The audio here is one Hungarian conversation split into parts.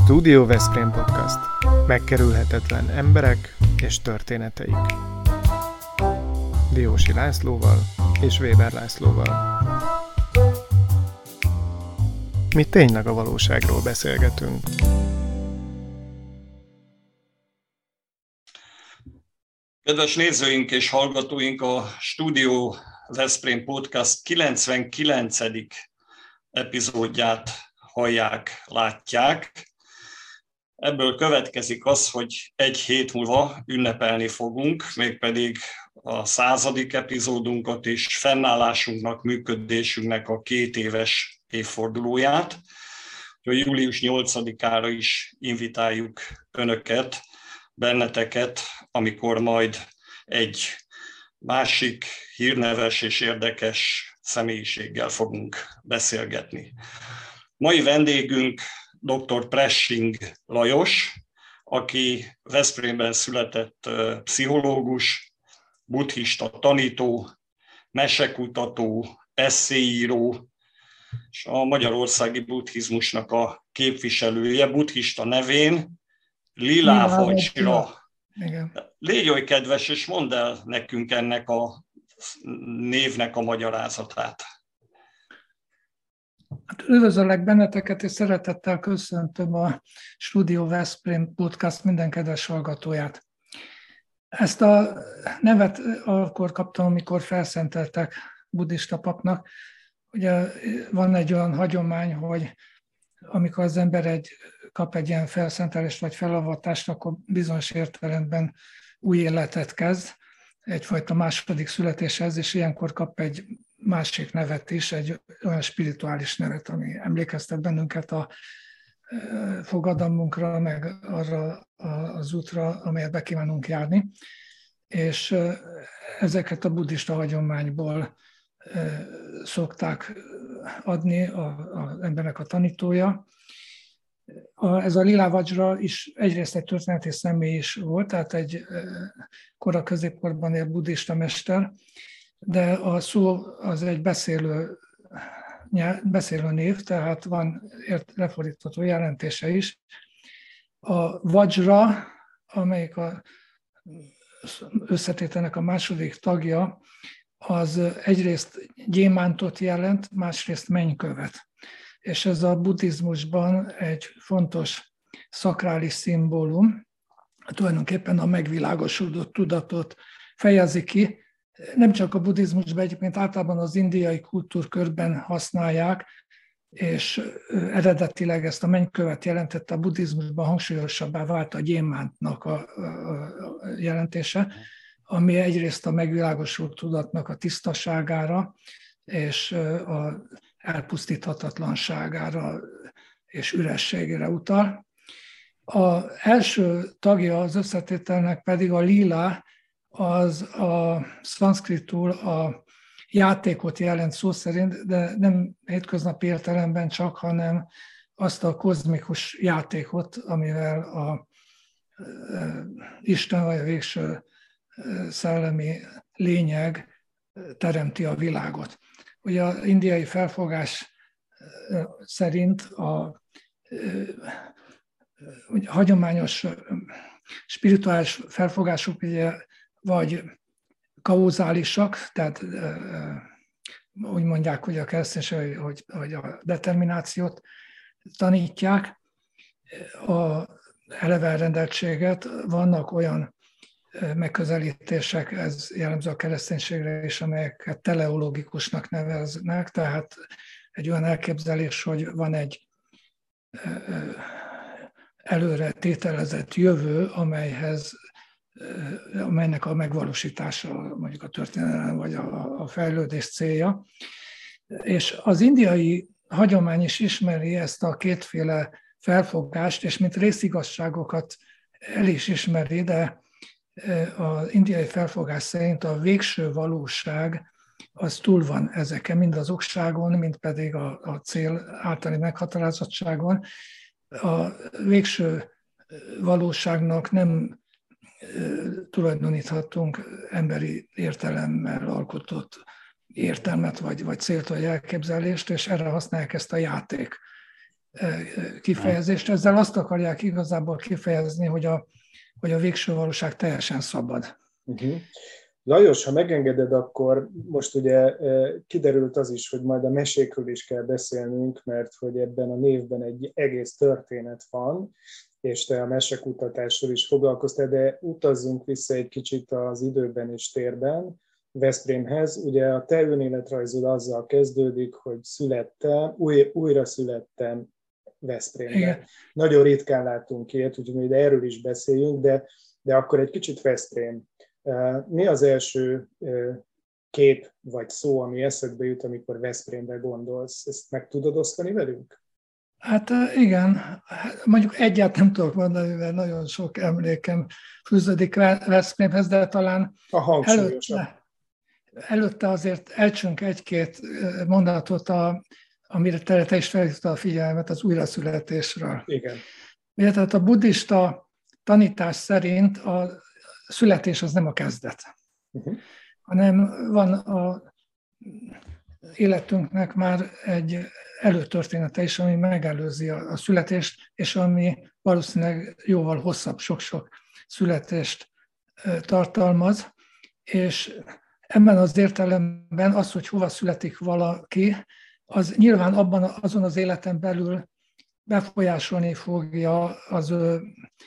Studio Veszprém Podcast. Megkerülhetetlen emberek és történeteik. Diósi Lászlóval és Weber Lászlóval. Mi tényleg a valóságról beszélgetünk. Kedves nézőink és hallgatóink, a Studio Veszprém Podcast 99. epizódját hallják, látják. Ebből következik az, hogy egy hét múlva ünnepelni fogunk, mégpedig a 100. epizódunkat és fennállásunknak, működésünknek a 2 éves évfordulóját. Úgyhogy július 8-ára is invitáljuk Önöket, benneteket, amikor majd egy másik hírneves és érdekes személyiséggel fogunk beszélgetni. Mai vendégünk dr. Pressing Lajos, aki Veszprémben született pszichológus, buddhista tanító, mesekutató, esszéíró, és a magyarországi buddhizmusnak a képviselője, buddhista nevén Lila Vajcsra. Légy oly kedves, és mondd el nekünk ennek a névnek a magyarázatát. Üdvözöllek benneteket, és szeretettel köszöntöm a Studio Veszprém Podcast minden kedves hallgatóját. Ezt a nevet akkor kaptam, amikor felszenteltek buddhista papnak. Ugye van egy olyan hagyomány, hogy amikor az ember kap egy ilyen felszentelést vagy felavatást, akkor bizonyos értelemben új életet kezd, egyfajta második születéshez, és ilyenkor kap egy másik nevet is, egy olyan spirituális nevet, ami emlékeztet bennünket a fogadalmunkra, meg arra az útra, amelyet be kívánunk járni. És ezeket a buddhista hagyományból szokták adni az embernek a tanítója. Ez a Lila Vajcsra is egyrészt egy történeti személy is volt, tehát egy kora középkorban élt buddhista mester, de a szó az egy beszélő név, tehát van lefordítható jelentése is. A Vajra, amelyik az összetételnek a második tagja, az egyrészt gyémántot jelent, másrészt mennykövet. És ez a buddhizmusban egy fontos szakrális szimbólum, tulajdonképpen a megvilágosodott tudatot fejezi ki. Nem csak a buddhizmusban, egyébként általában az indiai kultúrkörben használják, és eredetileg ezt a mennykövet jelentette, a buddhizmusban hangsúlyosabbá vált a gyémántnak a jelentése, ami egyrészt a megvilágosult tudatnak a tisztaságára és a elpusztíthatatlanságára és ürességére utal. Az első tagja az összetételnek pedig a lila, az a szanszkritul a játékot jelent szó szerint, de nem hétköznapi értelemben csak, hanem azt a kozmikus játékot, amivel a Isten vagy a végső szellemi lényeg teremti a világot. Ugye az indiai felfogás szerint a hagyományos spirituális felfogások ugye vagy kauzálisak, tehát úgy mondják, hogy a kereszténység, hogy a determinációt tanítják, a eleve elrendeltséget, vannak olyan megközelítések, ez jellemző a kereszténységre is, amelyeket teleológikusnak neveznek, tehát egy olyan elképzelés, hogy van egy előre tételezett jövő, amelynek a megvalósítása mondjuk a történelem vagy a fejlődés célja. És az indiai hagyomány is ismeri ezt a kétféle felfogást, és mint részigazságokat el is ismeri, de az indiai felfogás szerint a végső valóság az túl van ezeken, mind az okságon, mind pedig a cél általi meghatározottságon. A végső valóságnak nem tulajdoníthatunk emberi értelemmel alkotott értelmet, vagy célt, vagy elképzelést, és erre használják ezt a játék kifejezést. Ezzel azt akarják igazából kifejezni, hogy a végső valóság teljesen szabad. Lajos, ha megengeded, akkor most ugye kiderült az is, hogy majd a mesékről is kell beszélnünk, mert hogy ebben a névben egy egész történet van, és te a mesekutatásról is foglalkoztál, de utazzunk vissza egy kicsit az időben és térben, Veszprémhez. Ugye a te önéletrajzod azzal kezdődik, hogy újra születtem Veszprémben. Igen. Nagyon ritkán látunk ilyet, úgyhogy erről is beszéljünk, de akkor egy kicsit Veszprém. Mi az első kép vagy szó, ami eszedbe jut, amikor Veszprémbe gondolsz? Ezt meg tudod osztani velünk? Hát igen, mondjuk egyet nem tudok mondani, mert nagyon sok emlékem fűződik Veszprémhez, de talán előtte azért elcsünk egy-két mondatot, amire te is felhívtad a figyelmet, az újraszületésről. Igen. Ugye, tehát a buddhista tanítás szerint a születés az nem a kezdet, hanem van az életünknek már egy előtörténete is, ami megelőzi a születést, és ami valószínűleg jóval hosszabb, sok-sok születést tartalmaz, és ebben az értelemben az, hogy hova születik valaki, az nyilván azon az életen belül befolyásolni fogja az ő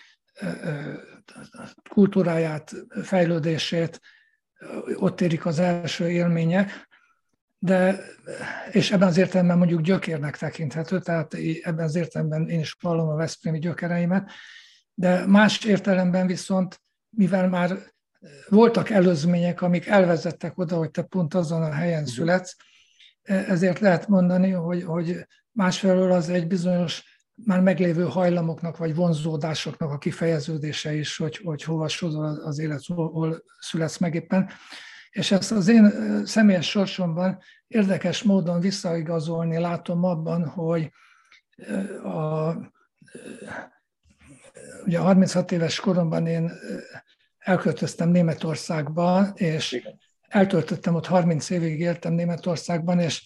kultúráját, fejlődését, ott érik az első élmények, és ebben az értelemben mondjuk gyökérnek tekinthető, tehát ebben az értelemben én is vallom a veszprémi gyökereimet, de más értelemben viszont, mivel már voltak előzmények, amik elvezettek oda, hogy te pont azon a helyen születsz, ezért lehet mondani, hogy másfelől az egy bizonyos már meglévő hajlamoknak vagy vonzódásoknak a kifejeződése is, hogy hova sodor az élet, hol születsz meg éppen. És ezt az én személyes sorsomban érdekes módon visszaigazolni látom abban, hogy ugye 36 éves koromban én elköltöztem Németországba, és eltöltöttem ott 30 évig, éltem Németországban, és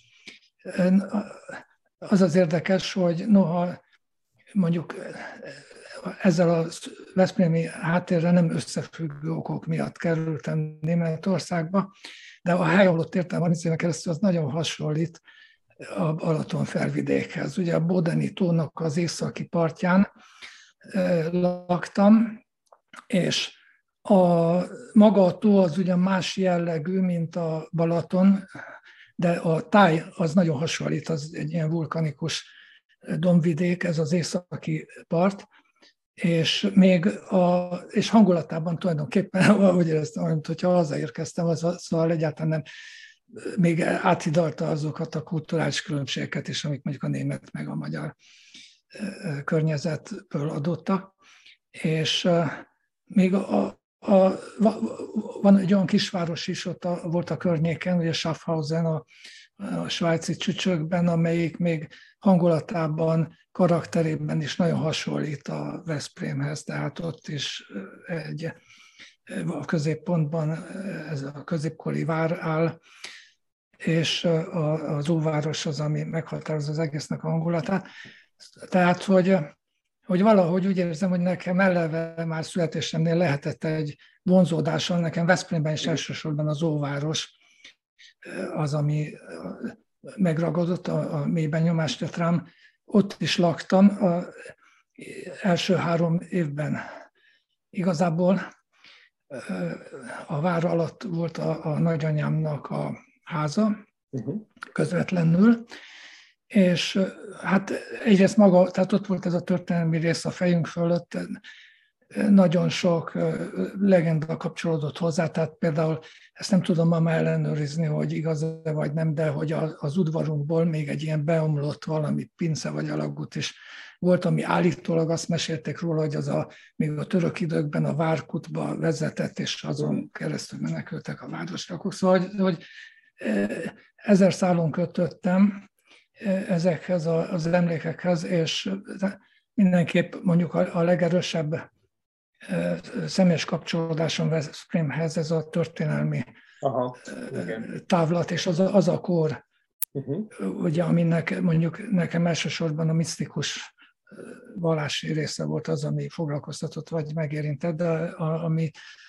az az érdekes, hogy noha mondjuk ezzel a veszprémi háttérrel nem összefüggő okok miatt kerültem Németországba, de a hely, ahol ott értem 30 éven keresztül, az nagyon hasonlít a Balaton felvidékhez. Ugye a Bodeni tónak az északi partján laktam, és maga a tó az ugyan más jellegű, mint a Balaton, de a táj az nagyon hasonlít, az egy ilyen vulkanikus dombvidék, ez az északi part, és és hangulatában tulajdonképpen, ahogy éreztem, mint hogyha hazaérkeztem, szóval egyáltalán nem, még áthidalta azokat a kulturális különbségeket is, amik mondjuk a német meg a magyar környezetből adottak. És még van egy olyan kisváros is, ott volt a környéken, ugye Schaffhausen, a svájci csücsökben, amelyik még hangulatában, karakterében is nagyon hasonlít a Veszprémhez, tehát ott is a középpontban ez a középkori vár áll, és az óváros az, ami meghatározza az egésznek a hangulatát. Tehát, hogy valahogy úgy érzem, hogy nekem eleve már születésemnél lehetett egy vonzódásom, nekem Veszprémben is elsősorban az óváros az, ami megragadott, a mélyben nyomást tett rám. Ott is laktam az első 3 évben. Igazából a vár alatt volt a nagyanyámnak a háza, közvetlenül, és hát egyrészt maga, tehát ott volt ez a történelmi rész a fejünk fölött, nagyon sok legenda kapcsolódott hozzá, tehát például ezt nem tudom ma már ellenőrizni, hogy igaz-e vagy nem, de hogy az udvarunkból még egy ilyen beomlott valami pince vagy alagút is volt, ami állítólag azt mesélték róla, hogy az még a török időkben a Várkutba vezetett, és azon keresztül menekültek a városlakók. Szóval, hogy 1000 szálon kötöttem ezekhez az emlékekhez, és mindenképp mondjuk a legerősebb személyes kapcsolódásom Veszprémhez ez a történelmi távlat, és az a kor ugye, aminek mondjuk nekem elsősorban a misztikus vallási része volt az, ami foglalkoztatott vagy megérintett, de ami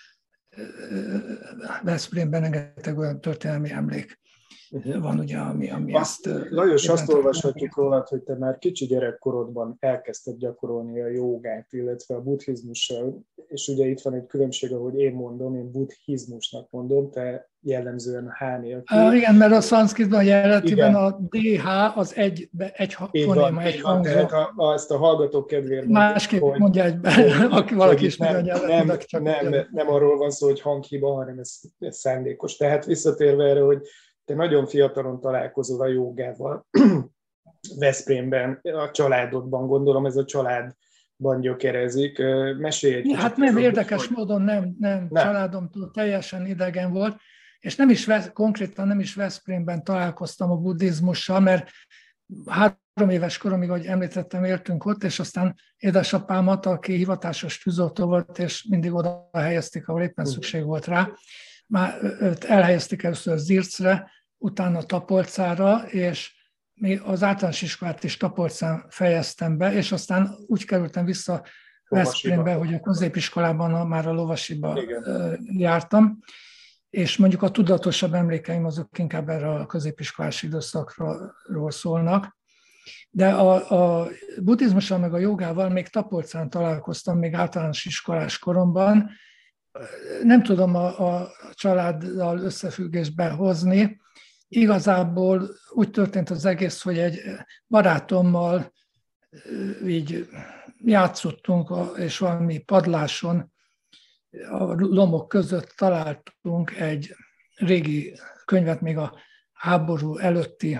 Veszprémben rengeteg olyan történelmi emlék van, ugye, ami ezt... Lajos, azt olvashatjuk rólad, hogy te már kicsi gyerekkorodban elkezdted gyakorolni a jogát, illetve a buddhizmussal, és ugye itt van egy különbség, ahogy én mondom, én buddhizmusnak mondom, te jellemzően a H nélkül. Igen, mert a szanszkritban jelentiben a DH az egy fonéma, egy hangzó. Tehát ezt a hallgatók kedvéért másképp mondja egyben, aki valaki is nem arról van szó, hogy hanghiba, hanem ez szándékos. Tehát visszatérve erre, hogy te nagyon fiatalon találkozol a jogával Veszprémben, a családodban, gondolom ez a családban gyökerezik. Mesélj egy kicsit. Hát nem, érdekes módon nem. Családomtól teljesen idegen volt, és konkrétan nem is Veszprémben találkoztam a buddhizmussal, mert 3 éves koromig, ahogy említettem, éltünk ott, és aztán édesapámat, aki hivatásos tűzoltó volt, és mindig oda helyezték, ahol éppen szükség volt rá. Már őt elhelyezték először Zircre, utána Tapolcára, és még az általános iskolát is Tapolcán fejeztem be, és aztán úgy kerültem vissza Veszprémbe, hogy a középiskolában már a Lovasiba jártam, és mondjuk a tudatosabb emlékeim azok inkább erre a középiskolás időszakról szólnak. De a buddhizmussal meg a jogával még Tapolcán találkoztam, még általános iskolás koromban. Nem tudom a családdal összefüggésbe hozni. Igazából úgy történt az egész, hogy egy barátommal így játszottunk, és valami padláson a lomok között találtunk egy régi könyvet, még a háború előtti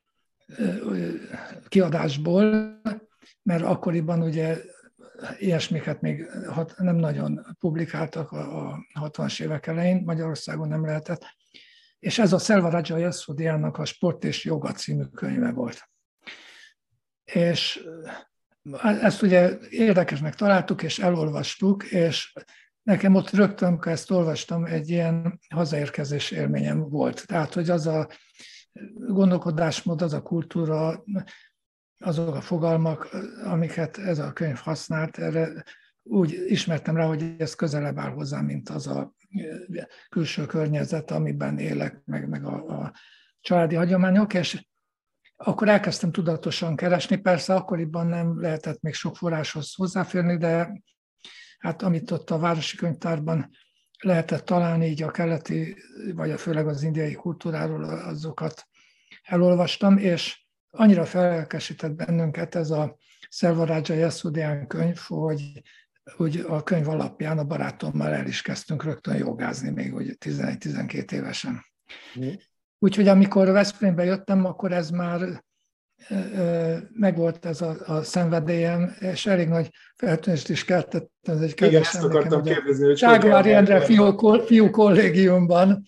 kiadásból, mert akkoriban ugye ilyesmiket még nem nagyon publikáltak a 60-as évek elején, Magyarországon nem lehetett, és ez a Selvarajja Yasodhyának a Sport és Joga című könyve volt. És ezt ugye érdekesnek találtuk, és elolvastuk, és nekem ott rögtön, amikor ezt olvastam, egy ilyen hazaérkezés élményem volt. Tehát, hogy az a gondolkodásmód, az a kultúra, azok a fogalmak, amiket ez a könyv használt, erre úgy ismertem rá, hogy ez közelebb áll hozzám, mint az a külső környezet, amiben élek, meg a családi hagyományok, és akkor elkezdtem tudatosan keresni. Persze akkoriban nem lehetett még sok forráshoz hozzáférni, de hát amit ott a városi könyvtárban lehetett találni, így a keleti, vagy főleg az indiai kultúráról, azokat elolvastam, és annyira felelkesített bennünket ez a Selvarajja Yasodhyán könyv, hogy a könyv alapján a barátommal el is kezdtünk rögtön jogázni, még hogy 11-12 évesen. Úgyhogy amikor Veszprémbe jöttem, akkor ez már megvolt ez a szenvedélyem, és elég nagy feltűnést is keltett. Ez egy kedves emlékem, hogy Ságvári Endre fiú kollégiumban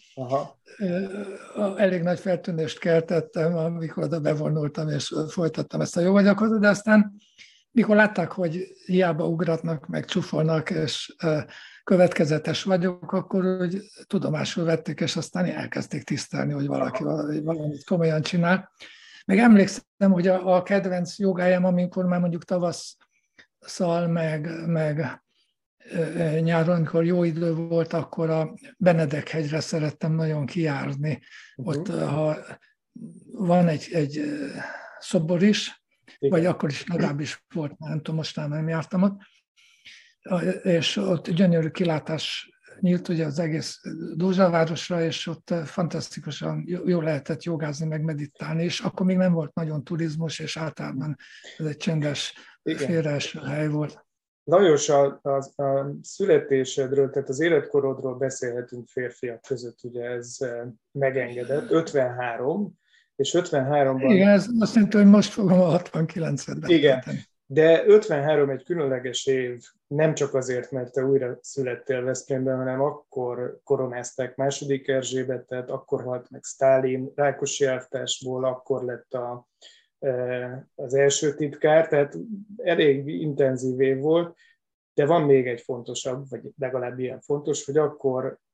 elég nagy feltűnést keltettem, amikor oda bevonultam, és folytattam ezt a joganyagot, de aztán mikor látták, hogy hiába ugratnak, meg csúfolnak, és következetes vagyok, akkor úgy tudomásul vették, és aztán elkezdték tisztelni, hogy valaki valamit komolyan csinál. Meg emlékszem, hogy a kedvenc jogájám, amikor már mondjuk tavasszal, meg nyáron, amikor jó idő volt, akkor a Benedek-hegyre szerettem nagyon kijárni. Ott ha van egy szobor is, vagy akkor is legalábbis volt, nem tudom, most nem jártam ott, és ott gyönyörű kilátás nyílt ugye az egész Dózsa-városra, és ott fantasztikusan jól lehetett jogázni, meg meditálni, és akkor még nem volt nagyon turizmus, és általában ez egy csendes, félreeső hely volt. Lajos, a születésedről, tehát az életkorodról beszélhetünk férfiak között, ugye ez megengedett, 53, és 53-ban... Igen, ez azt jelenti, hogy most fogom a 69-et. Igen, de 53 egy különleges év, nem csak azért, mert te újra születtél Veszprémben, hanem akkor koronázták II. Erzsébetet, akkor halt meg Sztálin, Rákosi elvtársból, akkor lett az első titkár, tehát elég intenzív év volt, de van még egy fontosabb, vagy legalább ilyen fontos, hogy akkor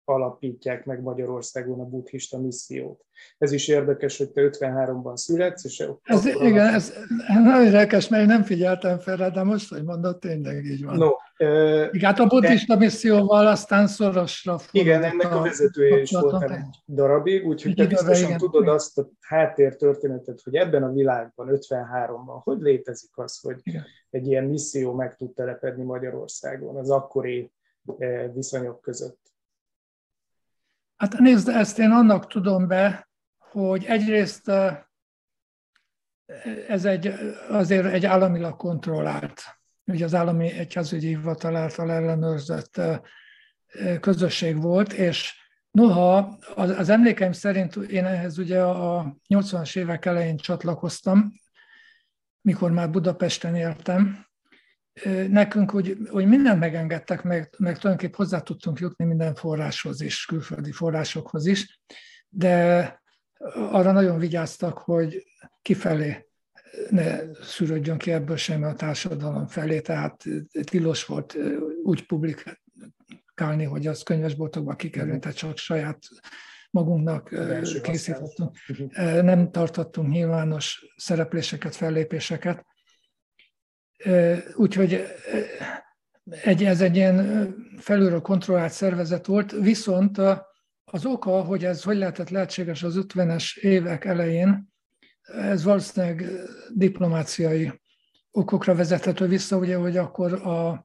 alapítják meg Magyarországon a buddhista missziót. Ez is érdekes, hogy te 53-ban születsz, és igen, ez nagyon érdekes, mert én nem figyeltem fel rá, de most, hogy mondod, tényleg így van. No, igen, a buddhista misszióval aztán szorosra fordult. Igen, ennek a vezetője is voltam egy darabig, úgyhogy te biztosan tudod azt a háttértörténetet, hogy ebben a világban, 53-ban, hogy létezik az, hogy egy ilyen misszió meg tud telepedni Magyarországon az akkori viszonyok között. Hát nézd, ezt én annak tudom be, hogy egyrészt ez azért egy államilag kontrollált, ugye az állami egyházügyi hivatal által ellenőrzött közösség volt, és noha az emlékeim szerint én ehhez ugye a 80-as évek elején csatlakoztam, mikor már Budapesten éltem, nekünk, hogy mindent megengedtek, meg tulajdonképpen hozzá tudtunk jutni minden forráshoz is, külföldi forrásokhoz is, de arra nagyon vigyáztak, hogy kifelé ne szűrődjön ki ebből semmi a társadalom felé, tehát tilos volt úgy publikálni, hogy az könyvesboltokba kikerült, tehát csak saját magunknak készítettünk. Nem tartottunk nyilvános szerepléseket, fellépéseket. Úgyhogy ez egy ilyen felülről kontrollált szervezet volt, viszont az oka, hogy ez hogy lehetséges az 50-es évek elején, ez valószínűleg diplomáciai okokra vezethető vissza, ugye, hogy akkor a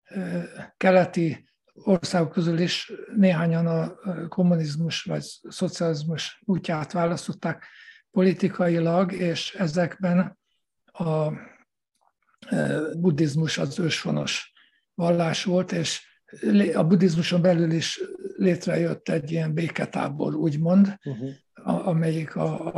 keleti országok közül is néhányan a kommunizmus vagy szocializmus útját választották politikailag, és ezekben a buddhizmus az őshonos vallás volt, és a buddhizmuson belül is létrejött egy ilyen béketábor, úgymond, amelyik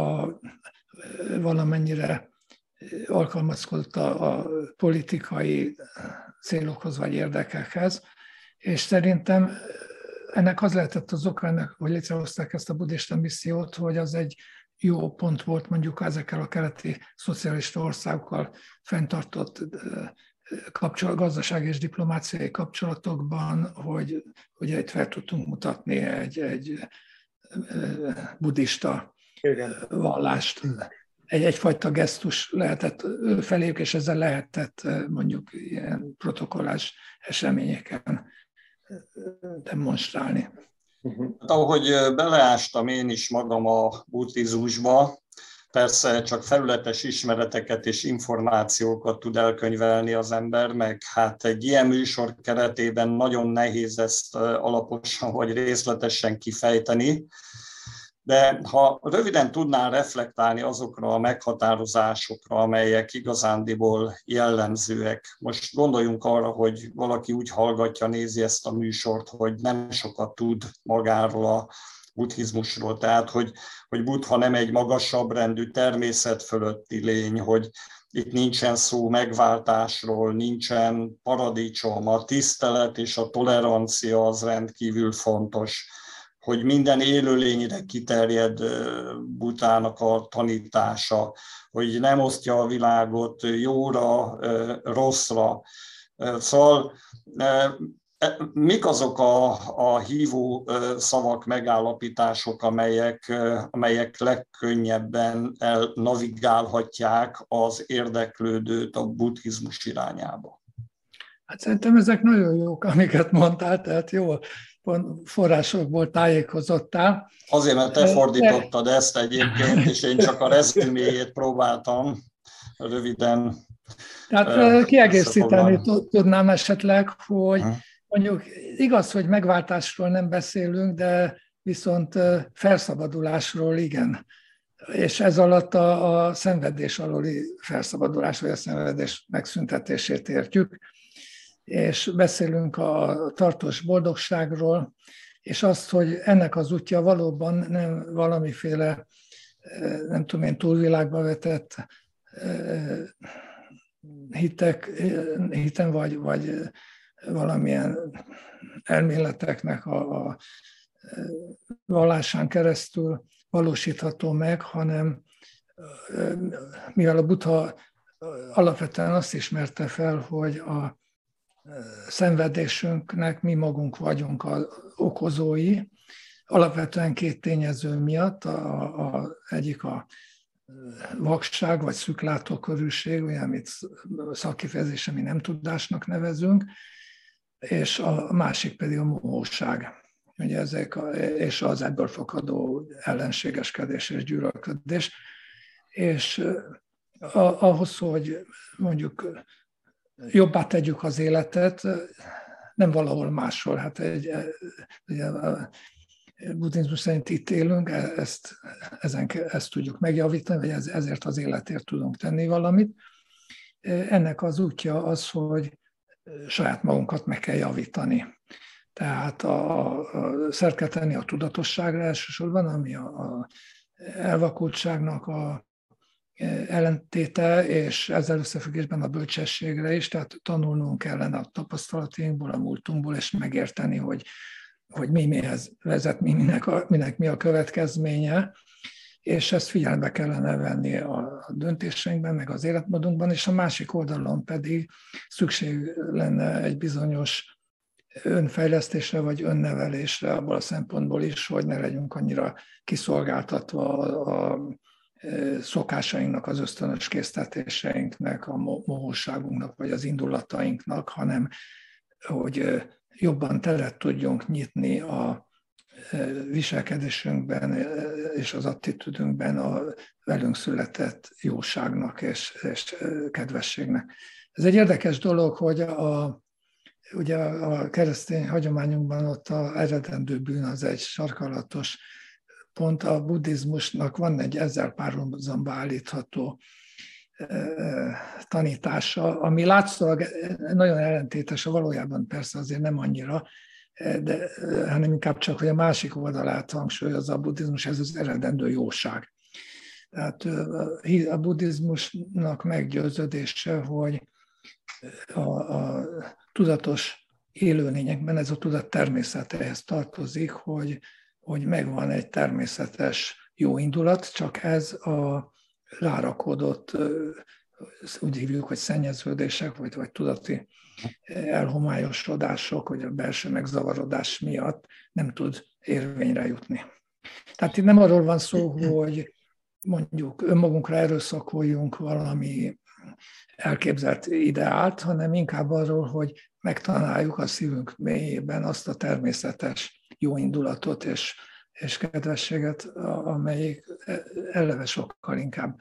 valamennyire alkalmazkodott a politikai célokhoz vagy érdekekhez, és szerintem ennek az lehetett az oka, hogy létrehozták ezt a buddhista missziót, hogy az egy jó pont volt mondjuk ezekkel a keleti szocialista országokkal fenntartott gazdasági és diplomáciai kapcsolatokban, hogy ugye itt fel tudtunk mutatni egy buddhista vallást. Egyfajta gesztus lehetett feléjük, és ezzel lehetett mondjuk ilyen protokollás eseményeken demonstrálni. Hát, ahogy beleástam én is magam a buddhizmusba, persze csak felületes ismereteket és információkat tud elkönyvelni az ember, meg hát egy ilyen műsor keretében nagyon nehéz ezt alaposan vagy részletesen kifejteni. De ha röviden tudnál reflektálni azokra a meghatározásokra, amelyek igazándiból jellemzőek. Most gondoljunk arra, hogy valaki úgy hallgatja, nézi ezt a műsort, hogy nem sokat tud magáról a buddhizmusról, tehát hogy Buddha nem egy magasabb rendű természet fölötti lény, hogy itt nincsen szó megváltásról, nincsen paradicsom, a tisztelet és a tolerancia az rendkívül fontos, hogy minden élőlényre kiterjed Buddhának a tanítása, hogy nem osztja a világot jóra, rosszra. Szóval mik azok a hívó szavak, megállapítások, amelyek legkönnyebben navigálhatják az érdeklődőt a buddhizmus irányába? Hát szerintem ezek nagyon jók, amiket mondtál, tehát jó forrásokból tájékozottál. Azért, mert te fordítottad ezt egyébként, és én csak a rezüméjét próbáltam röviden. Tehát kiegészíteni tudnám esetleg, hogy mondjuk igaz, hogy megváltásról nem beszélünk, de viszont felszabadulásról igen. És ez alatt a szenvedés alóli felszabadulás, vagy a szenvedés megszüntetését értjük. És beszélünk a tartós boldogságról, és azt, hogy ennek az útja valóban nem valamiféle, nem tudom én, túlvilágba vetett hiten vagy valamilyen elméleteknek a vallásán keresztül valósítható meg, hanem mivel a Buddha alapvetően azt ismerte fel, hogy szenvedésünknek mi magunk vagyunk az okozói, alapvetően két tényező miatt. Egyik a vakság, vagy szűklátókörűség, olyan, amit szakkifejezésen mi nem tudásnak nevezünk, és a másik pedig a mohóság. Ugye és az ebből fakadó ellenségeskedés és gyűlölködés. És ahhoz, hogy mondjuk jobbá tegyük az életet, nem valahol máshol. Hát ugye a buddhizmus szerint itt élünk, ezt tudjuk megjavítani, vagy ezért az életért tudunk tenni valamit. Ennek az útja az, hogy saját magunkat meg kell javítani. Tehát szert kell tenni a tudatosságra elsősorban, ami a elvakultságnak a ellentéte, és ezzel összefüggésben a bölcsességre is, tehát tanulnunk kellene a tapasztalatainkból, a múltunkból, és megérteni, hogy mi mihez vezet, minek mi a következménye, és ezt figyelembe kellene venni a döntéseinkben, meg az életmódunkban, és a másik oldalon pedig szükség lenne egy bizonyos önfejlesztésre vagy önnevelésre abból a szempontból is, hogy ne legyünk annyira kiszolgáltatva a szokásainknak, az ösztönös késztetéseinknek, a mohóságunknak vagy az indulatainknak, hanem hogy jobban teret tudjunk nyitni a viselkedésünkben és az attitűdünkben a velünk született jóságnak és kedvességnek. Ez egy érdekes dolog, hogy ugye a keresztény hagyományunkban ott az eredendő bűn az egy sarkalatos pont, a buddhizmusnak van egy ezzel párhuzamba állítható tanítása, ami látszólag nagyon ellentétes, valójában persze azért nem annyira, hanem inkább csak, hogy a másik oldalát hangsúlyozza a buddhizmus, ez az eredendő jóság. Tehát a buddhizmusnak meggyőződése, hogy a tudatos élőlényekben ez a tudat természetéhez tartozik, hogy megvan egy természetes jó indulat, csak ez a rárakódott, úgy hívjuk, hogy szennyeződések, vagy tudati elhomályosodások, vagy a belső megzavarodás miatt nem tud érvényre jutni. Tehát itt nem arról van szó, hogy mondjuk önmagunkra erőszakoljunk valami elképzelt ideált, hanem inkább arról, hogy megtanáljuk a szívünk mélyében azt a természetes jó indulatot és kedvességet, amelyik eleve sokkal inkább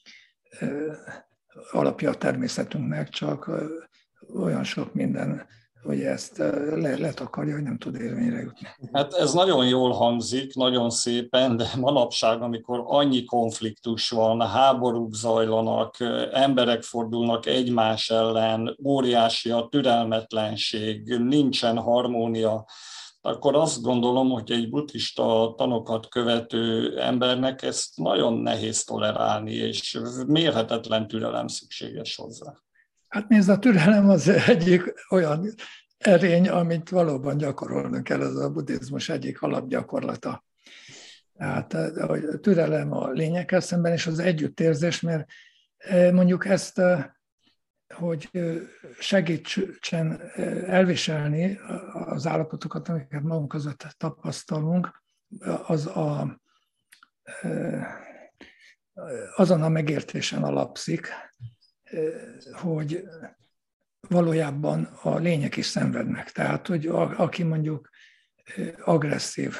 alapja a természetünknek, csak olyan sok minden, hogy ezt letakarja, hogy nem tud érvényre jutni. Hát ez nagyon jól hangzik, nagyon szépen, de manapság, amikor annyi konfliktus van, háborúk zajlanak, emberek fordulnak egymás ellen, óriási a türelmetlenség, nincsen harmónia, akkor azt gondolom, hogy egy buddhista tanokat követő embernek ezt nagyon nehéz tolerálni, és mérhetetlen türelem szükséges hozzá. Hát nézd, a türelem az egyik olyan erény, amit valóban gyakorolnunk kell, ez a buddhizmus egyik alapgyakorlata. Tehát a türelem a lényekkel szemben, és az együttérzés, mert mondjuk ezt, hogy segítsen elviselni az állapotokat, amiket magunk között tapasztalunk, azon a megértésen alapszik, hogy valójában a lények is szenvednek. Tehát, hogy aki mondjuk agresszív,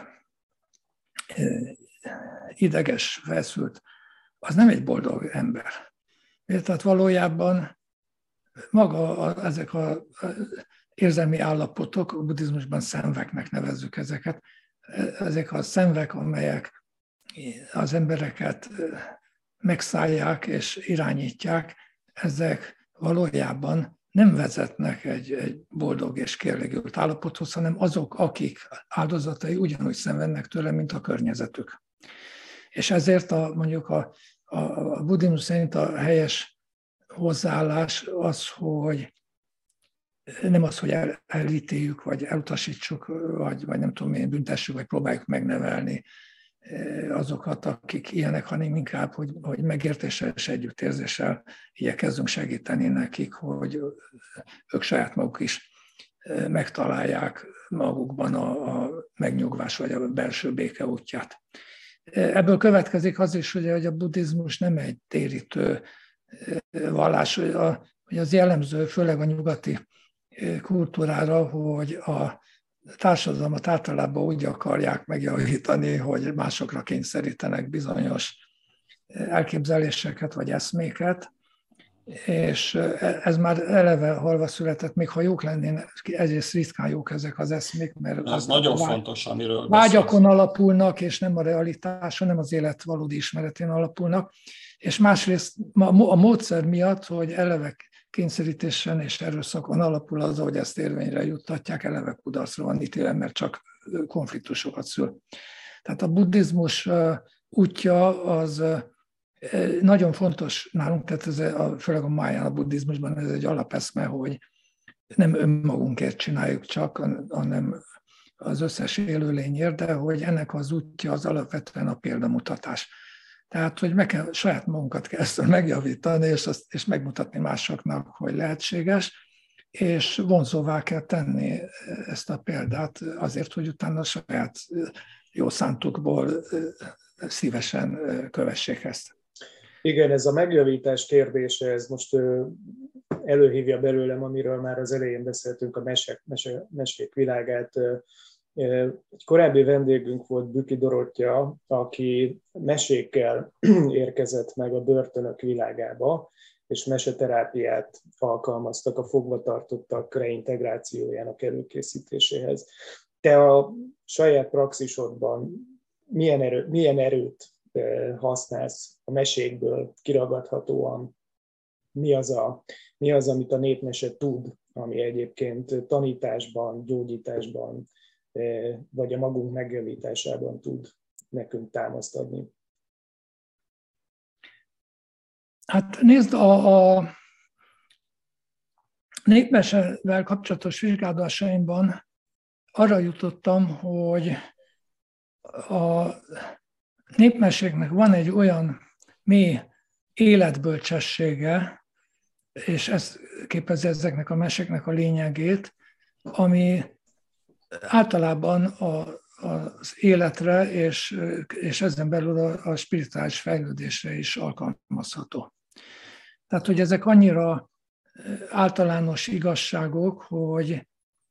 ideges, feszült, az nem egy boldog ember. Tehát valójában maga ezek az érzelmi állapotok, a buddhizmusban szenveknek nevezzük ezeket, ezek a szenvek, amelyek az embereket megszállják és irányítják, ezek valójában nem vezetnek egy boldog és kielégült állapothoz, hanem azok, akik áldozatai ugyanúgy szenvednek tőle, mint a környezetük. És ezért mondjuk a buddhizmus szerint a helyes hozzáállás az, hogy nem az, hogy elítéljük, vagy elutasítsuk, vagy nem tudom én, büntessük, vagy próbáljuk megnevelni azokat, akik ilyenek, hanem inkább, hogy megértéssel és együttérzéssel igyekezzünk segíteni nekik, hogy ők saját maguk is megtalálják magukban a megnyugvás vagy a belső béke útját. Ebből következik az is, hogy a buddhizmus nem egy térítő vallás, hogy az jellemző, főleg a nyugati kultúrára, hogy a társadalmat általában úgy akarják megjavítani, hogy másokra kényszerítenek bizonyos elképzeléseket vagy eszméket, és ez már eleve halva született, még ha jók lennének, egyrészt ritkán jók ezek az eszmék, mert ez nagyon fontos, amiről vágyakon alapulnak, és nem a realitáson, nem az élet valódi ismeretén alapulnak, és másrészt a módszer miatt, hogy eleve kényszerítésen és erőszakon alapul az, hogy ezt érvényre juttatják, eleve kudarcra van ítélve, mert csak konfliktusokat szül. Tehát a buddhizmus útja az nagyon fontos nálunk, tehát főleg a Mahayana buddhizmusban ez egy alapeszme, hogy nem önmagunkért csináljuk csak, hanem az összes élőlényért, de hogy ennek az útja az alapvetően a példamutatás. Tehát, hogy meg kell, saját magunkat kell ezt megjavítani, és megmutatni másoknak, hogy lehetséges, és vonzóvá kell tenni ezt a példát azért, hogy utána a saját jó szántukból szívesen kövessék ezt. Igen, ez a megjavítás kérdése, ez most előhívja belőlem, amiről már az elején beszéltünk, a mesék világát. Egy korábbi vendégünk volt Büki Dorottya, aki mesékkel érkezett meg a börtönök világába, és meseterápiát alkalmaztak a fogvatartottak reintegrációjának előkészítéséhez. Te a saját praxisodban milyen erőt használsz a mesékből kiragadhatóan? Mi az, amit a népmese tud, ami egyébként tanításban, gyógyításban, vagy a magunk megjavításában tud nekünk támaszt adni? Hát nézd, a népmesevel kapcsolatos vizsgálataimban arra jutottam, hogy a népmeséknek van egy olyan mély életbölcsessége, és ez képezi ezeknek a meséknek a lényegét, ami általában az életre és ezen belül a spirituális fejlődésre is alkalmazható. Tehát, hogy ezek annyira általános igazságok, hogy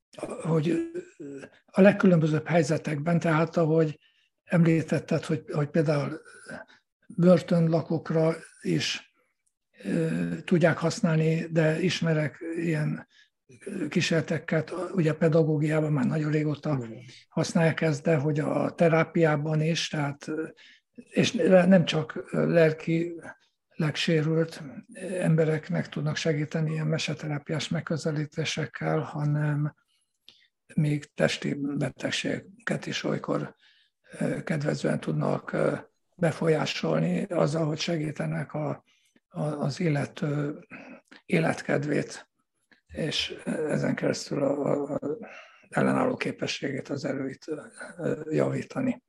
a legkülönbözőbb helyzetekben, tehát ahogy említetted, hogy például börtönlakókra is tudják használni, de ismerek ilyen kísérleteket, ugye a pedagógiában már nagyon régóta használják ezt, de hogy a terápiában is, tehát, és nem csak lelkileg sérült embereknek tudnak segíteni ilyen meseterápiás megközelítésekkel, hanem még testi betegségeket is olykor kedvezően tudnak befolyásolni azzal, hogy segítenek az illető életkedvét, és ezen keresztül az ellenálló képességét, az erőit javítani.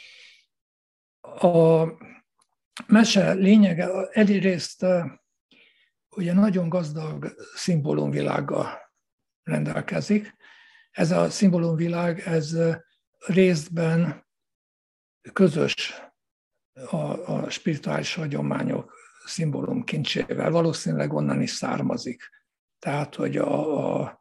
A mese lényege egyrészt ugye nagyon gazdag szimbólumvilággal rendelkezik. Ez a szimbólumvilág, ez részben közös a spirituális hagyományok szimbólumkincsével, valószínűleg onnan is származik. Tehát, hogy a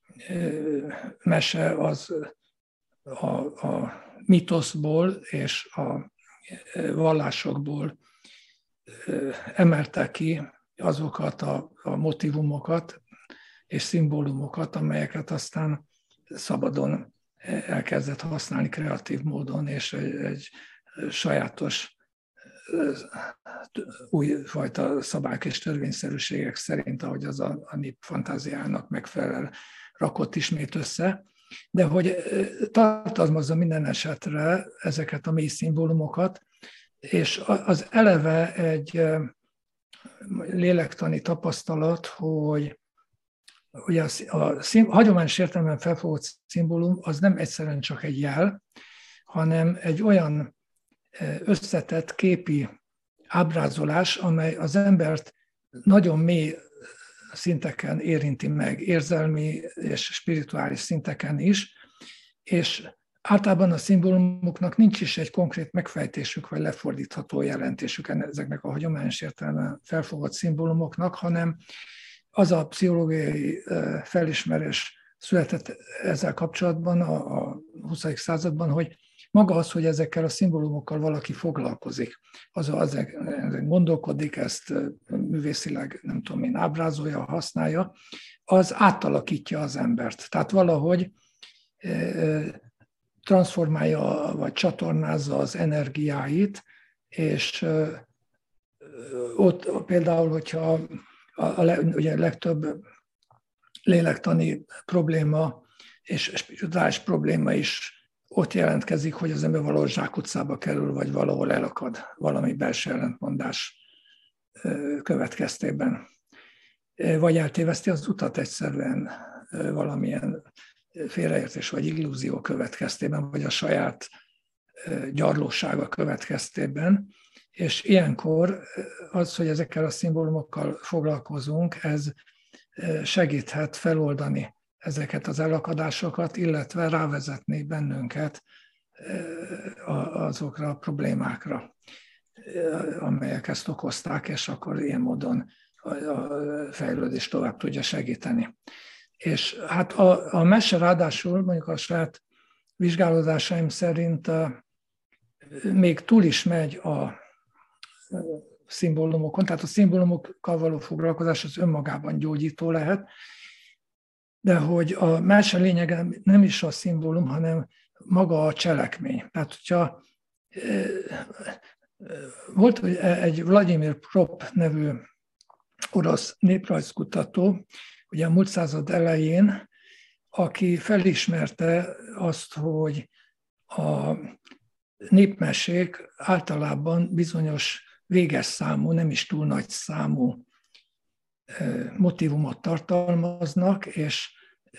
mese az a mitoszból és a vallásokból emelte ki azokat a motivumokat és szimbólumokat, amelyeket aztán szabadon elkezdett használni kreatív módon, és egy sajátos újfajta szabályok és törvényszerűségek szerint, ahogy az a nép fantáziának megfelel, rakott ismét össze, de hogy tartalmazza minden esetre ezeket a mély szimbólumokat, és az eleve egy lélektani tapasztalat, hogy ugye a hagyományos értelemben felfogott szimbólum az nem egyszerűen csak egy jel, hanem egy olyan összetett képi ábrázolás, amely az embert nagyon mély szinteken érinti meg, érzelmi és spirituális szinteken is, és általában a szimbólumoknak nincs is egy konkrét megfejtésük, vagy lefordítható jelentésük ezeknek a hagyományos értelemben felfogott szimbólumoknak, hanem az a pszichológiai felismerés született ezzel kapcsolatban a 20. században, hogy maga az, hogy ezekkel a szimbólumokkal valaki foglalkozik, ezen gondolkodik, ezt művészileg, nem tudom én, ábrázolja, használja, az átalakítja az embert. Tehát valahogy transformálja, vagy csatornázza az energiáit, és ott például, hogyha ugye legtöbb lélektani probléma és spirituális probléma is ott jelentkezik, hogy az ember valahol zsákutcába kerül, vagy valahol elakad valami belső ellentmondás következtében. Vagy eltéveszti az utat egyszerűen valamilyen félreértés vagy illúzió következtében, vagy a saját gyarlósága következtében. És ilyenkor az, hogy ezekkel a szimbólumokkal foglalkozunk, ez segíthet feloldani ezeket az elakadásokat, illetve rávezetni bennünket azokra a problémákra, amelyek ezt okozták, és akkor ilyen módon a fejlődés tovább tudja segíteni. És hát a mese ráadásul, mondjuk a saját vizsgálódásaim szerint még túl is megy a szimbólumokon, tehát a szimbólumokkal való foglalkozás az önmagában gyógyító lehet, de hogy a mese lényege nem is a szimbólum, hanem maga a cselekmény. Tehát, hogyha volt egy Vladimir Prop nevű orosz néprajzkutató, ugye a múlt század elején, aki felismerte azt, hogy a népmesék általában bizonyos véges számú, nem is túl nagy számú motívumot tartalmaznak, és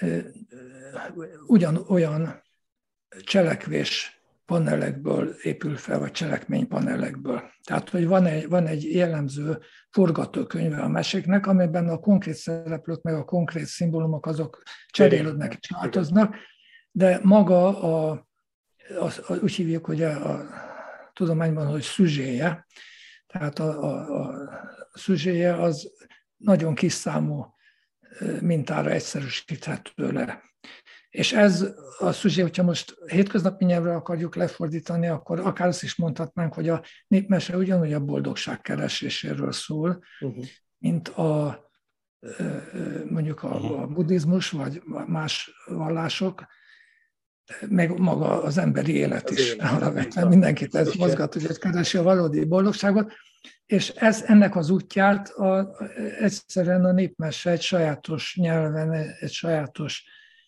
ugyanolyan cselekvés panelekből épül fel, vagy cselekménypanelekből. Tehát, hogy van egy jellemző forgatókönyve a meséknek, amelyben a konkrét szereplők, meg a konkrét szimbólumok azok cserélődnek és változnak, de maga úgy hívjuk, hogy a tudományban, hogy szüzséje, tehát a szüzséje az nagyon kis számú mintára egyszerűsíthető le. És ez a szüzsé, hogyha most hétköznapi nyelvre akarjuk lefordítani, akkor akár azt is mondhatnánk, hogy a népmese ugyanúgy a boldogság kereséséről szól, mint mondjuk a buddhizmus, vagy más vallások, meg maga az emberi élet is. Alapvetően mindenkit ez mozgat, hogy keresi a valódi boldogságot, és ennek az útját egyszerűen a népmese egy sajátos nyelven, egy sajátos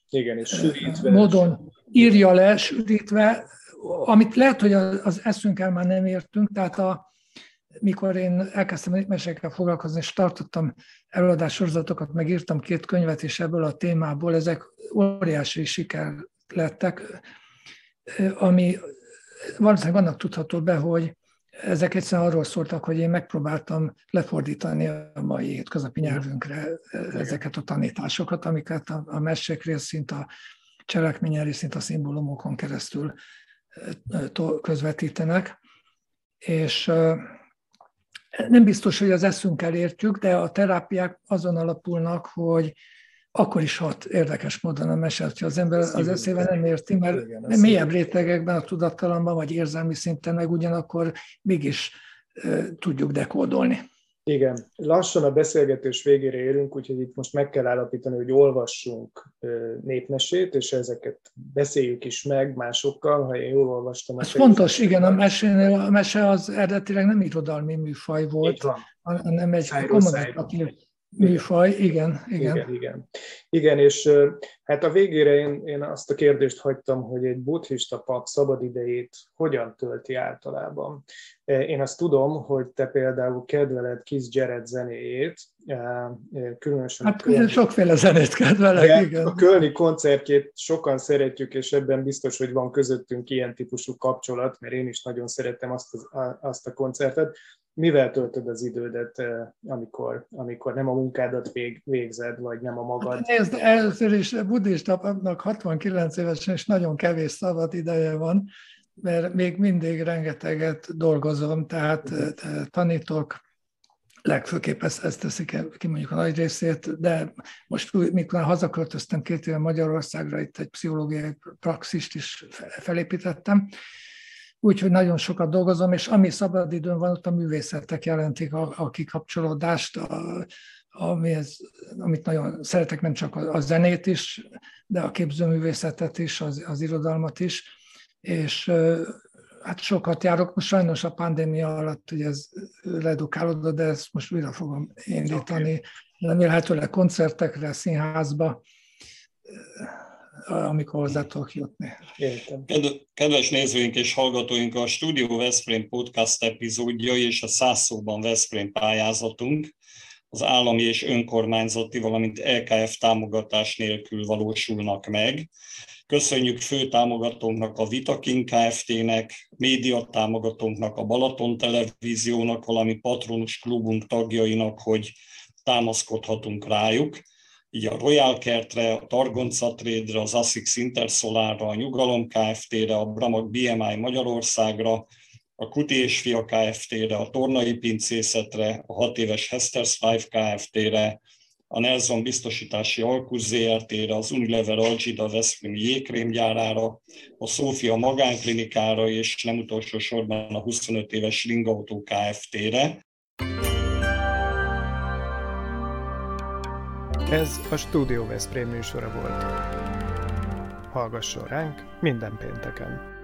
módon írja le, sűrítve, amit lehet, hogy az eszünkkel már nem értünk, tehát mikor én elkezdtem a népmesékkel foglalkozni, és tartottam előadássorozatokat, meg írtam 2 könyvet is ebből a témából, ezek óriási siker lettek, ami valószínűleg annak tudható be, hogy ezek egyszerűen arról szóltak, hogy én megpróbáltam lefordítani a mai hétköznapi nyelvünkre ezeket a tanításokat, amiket a mesék részint, a cselekményen részint a szimbólumokon keresztül közvetítenek. És nem biztos, hogy az eszünkkel értjük, de a terápiák azon alapulnak, hogy akkor is hat érdekes módon a mese, hogyha az ember az eszével nem érti, mert mélyebb rétegekben, a tudattalamban, vagy érzelmi szinten meg ugyanakkor mégis tudjuk dekódolni. Igen, lassan a beszélgetés végére érünk, úgyhogy itt most meg kell állapítani, hogy olvassunk népmesét, és ezeket beszéljük is meg másokkal, ha én jól olvastam. Ez fontos, igen, a mese az eredetileg nem irodalmi műfaj volt, hanem egy kommunikatív műfaj, igen, és hát a végére én azt a kérdést hagytam, hogy egy buddhista pap szabadidejét hogyan tölti általában. Én azt tudom, hogy te például kedveled Keith Jarrett zenéjét, különösen... Hát sokféle zenét kedvelek, igen. A kölni koncertjét sokan szeretjük, és ebben biztos, hogy van közöttünk ilyen típusú kapcsolat, mert én is nagyon szerettem azt a koncertet. mivel töltöd az idődet, amikor nem a munkádat végzed, vagy nem a magad? Nézd, először is buddhistának 69 évesen is nagyon kevés szabad ideje van, mert még mindig rengeteget dolgozom, tehát tanítok, legfőképp ezt teszik ki mondjuk a nagy részét, de most, mikor hazaköltöztem 2 éve Magyarországra, itt egy pszichológiai praxist is felépítettem, úgyhogy nagyon sokat dolgozom, és ami szabadidőn van, ott a művészetek jelentik a kikapcsolódást, amit nagyon szeretek, nem csak a zenét is, de a képzőművészetet is, az irodalmat is, és hát sokat járok, most sajnos a pandémia alatt ugye ez redukálódott, de ezt most újra fogom indítani, remélhetőleg koncertekre, színházba, amikor hozzá tudok jutni. Kedves nézőink és hallgatóink, a Studio Veszprém podcast epizódja és a 100 szóban Veszprém pályázatunk az állami és önkormányzati, valamint LKF támogatás nélkül valósulnak meg. Köszönjük fő támogatónknak, a Vitakin Kft-nek, média támogatónknak, a Balaton Televíziónak, valamint patronus klubunk tagjainak, hogy támaszkodhatunk rájuk. Így a Royal Kertre, a Targonca Trade-re, az ASICS Intersolarra, a Nyugalom Kft-re, a Bramag BMI Magyarországra, a Kuti és Fia Kft-re, a Tornai Pincészetre, a 6 éves Hester's Five Kft-re, a Nelson Biztosítási Alkusz ZRT-re, az Unilever Algida Veszprémi jégkrémgyárára, a Szófia Magánklinikára, és nem utolsó sorban a 25 éves Ringautó Kft-re. Ez a Studio Veszprém műsora volt. Hallgasson ránk minden pénteken!